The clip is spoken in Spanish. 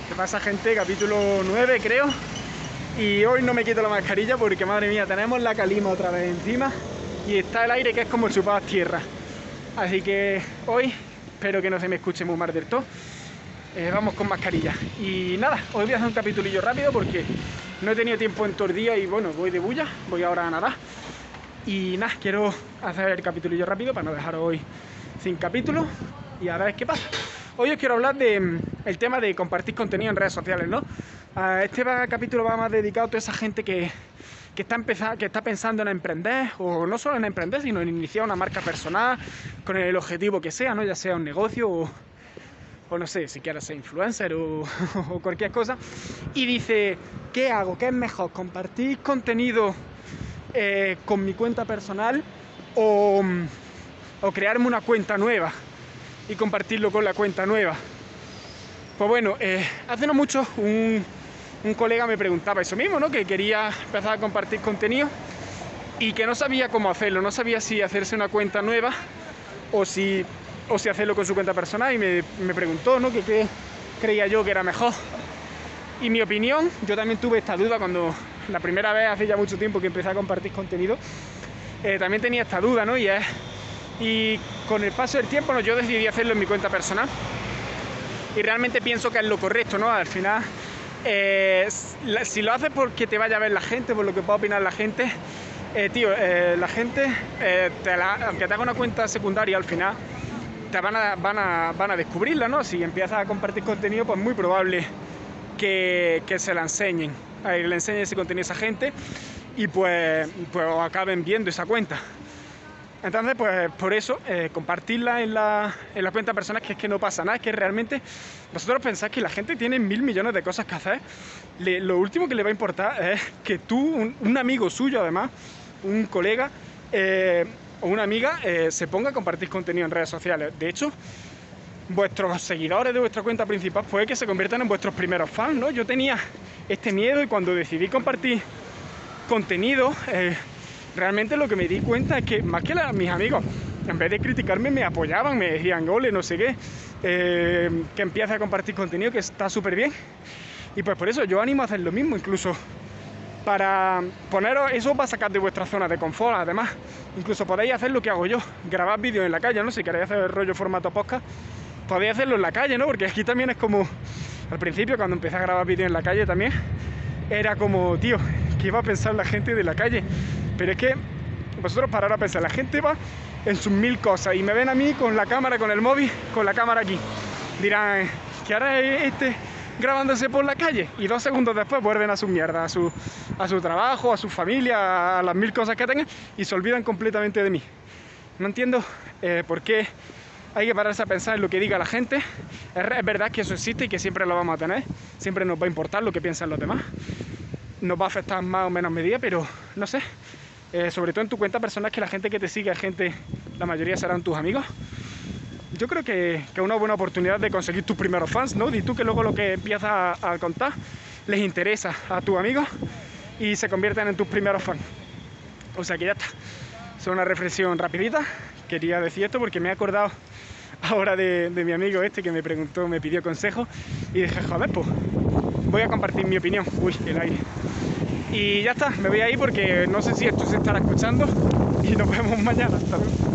¿Qué pasa, gente? Capítulo 9, creo. Y hoy no me quito la mascarilla porque, madre mía, tenemos la calima otra vez encima y está el aire que es como chupar tierra. Así que hoy espero que no se me escuche muy mal del todo. Vamos con mascarilla. Y nada, hoy voy a hacer un capitulillo rápido porque no he tenido tiempo en todo el día y bueno, voy de bulla, voy ahora a nadar. Y nada, quiero hacer el capitulillo rápido para no dejar hoy sin capítulo y a ver qué pasa. Hoy os quiero hablar del tema de compartir contenido en redes sociales, ¿no? Este capítulo va más dedicado a toda esa gente que está pensando en emprender, o no solo en emprender, sino en iniciar una marca personal con el objetivo que sea, ¿no? Ya sea un negocio o no sé, si quieres ser influencer o cualquier cosa. Y dice, ¿qué hago? ¿Qué es mejor? ¿Compartir contenido con mi cuenta personal o crearme una cuenta nueva y compartirlo con la cuenta nueva? Pues bueno, hace no mucho un colega me preguntaba eso mismo, ¿no? Que quería empezar a compartir contenido y que no sabía cómo hacerlo, no sabía si hacerse una cuenta nueva o si hacerlo con su cuenta personal, y me preguntó, ¿no? Que qué creía yo que era mejor. Y mi opinión, yo también tuve esta duda cuando la primera vez, hace ya mucho tiempo que empecé a compartir contenido, también tenía esta duda, ¿no? Y con el paso del tiempo, ¿no? Yo decidí hacerlo en mi cuenta personal y realmente pienso que es lo correcto, ¿no? Al final, si lo haces porque te vaya a ver la gente, por lo que pueda opinar la gente, la gente, aunque te haga una cuenta secundaria, al final te van a descubrirla, ¿no? Si empiezas a compartir contenido, pues muy probable que se la enseñen, le enseñen ese contenido a esa gente y pues acaben viendo esa cuenta. Entonces, pues por eso, compartirla en la cuenta personal, que es que no pasa nada, es que realmente vosotros pensáis que la gente tiene 1000 millones de cosas que hacer. Lo último que le va a importar es que tú, un amigo suyo además, un colega o una amiga, se ponga a compartir contenido en redes sociales. De hecho, vuestros seguidores de vuestra cuenta principal puede que se conviertan en vuestros primeros fans, ¿no? Yo tenía este miedo y cuando decidí compartir contenido, realmente lo que me di cuenta es que más que mis amigos, en vez de criticarme, me apoyaban, me decían, ole, no sé qué, que empiece a compartir contenido, que está súper bien. Y pues por eso yo animo a hacer lo mismo, incluso para poneros, eso va a sacar de vuestra zona de confort. Además, incluso podéis hacer lo que hago yo, grabar vídeos en la calle, ¿no? Si queréis hacer el rollo formato podcast, podéis hacerlo en la calle, ¿no? Porque aquí también es como, al principio cuando empecé a grabar vídeos en la calle también, era como, tío, ¿qué iba a pensar la gente de la calle? Pero es que vosotros parar a pensar, la gente va en sus 1000 cosas y me ven a mí con la cámara, con el móvil, con la cámara aquí. Dirán, ¿qué hará grabándose por la calle? Y 2 segundos después vuelven a su mierda, a su trabajo, a su familia, a las 1000 cosas que tengan y se olvidan completamente de mí. No entiendo por qué hay que pararse a pensar en lo que diga la gente. Es verdad que eso existe y que siempre lo vamos a tener, siempre nos va a importar lo que piensan los demás, nos va a afectar más o menos medida, pero no sé, sobre todo en tu cuenta personal, que la gente que te sigue es gente, la mayoría serán tus amigos. Yo creo que es una buena oportunidad de conseguir tus primeros fans, ¿no? Y tú que luego lo que empiezas a contar les interesa a tus amigos y se convierten en tus primeros fans. O sea que ya está. Es una reflexión rapidita. Quería decir esto porque me he acordado ahora de mi amigo este que me preguntó, me pidió consejo y dije, joder, pues voy a compartir mi opinión. Uy, el aire. Y ya está, me voy a ir porque no sé si esto se estará escuchando y nos vemos mañana. Hasta luego.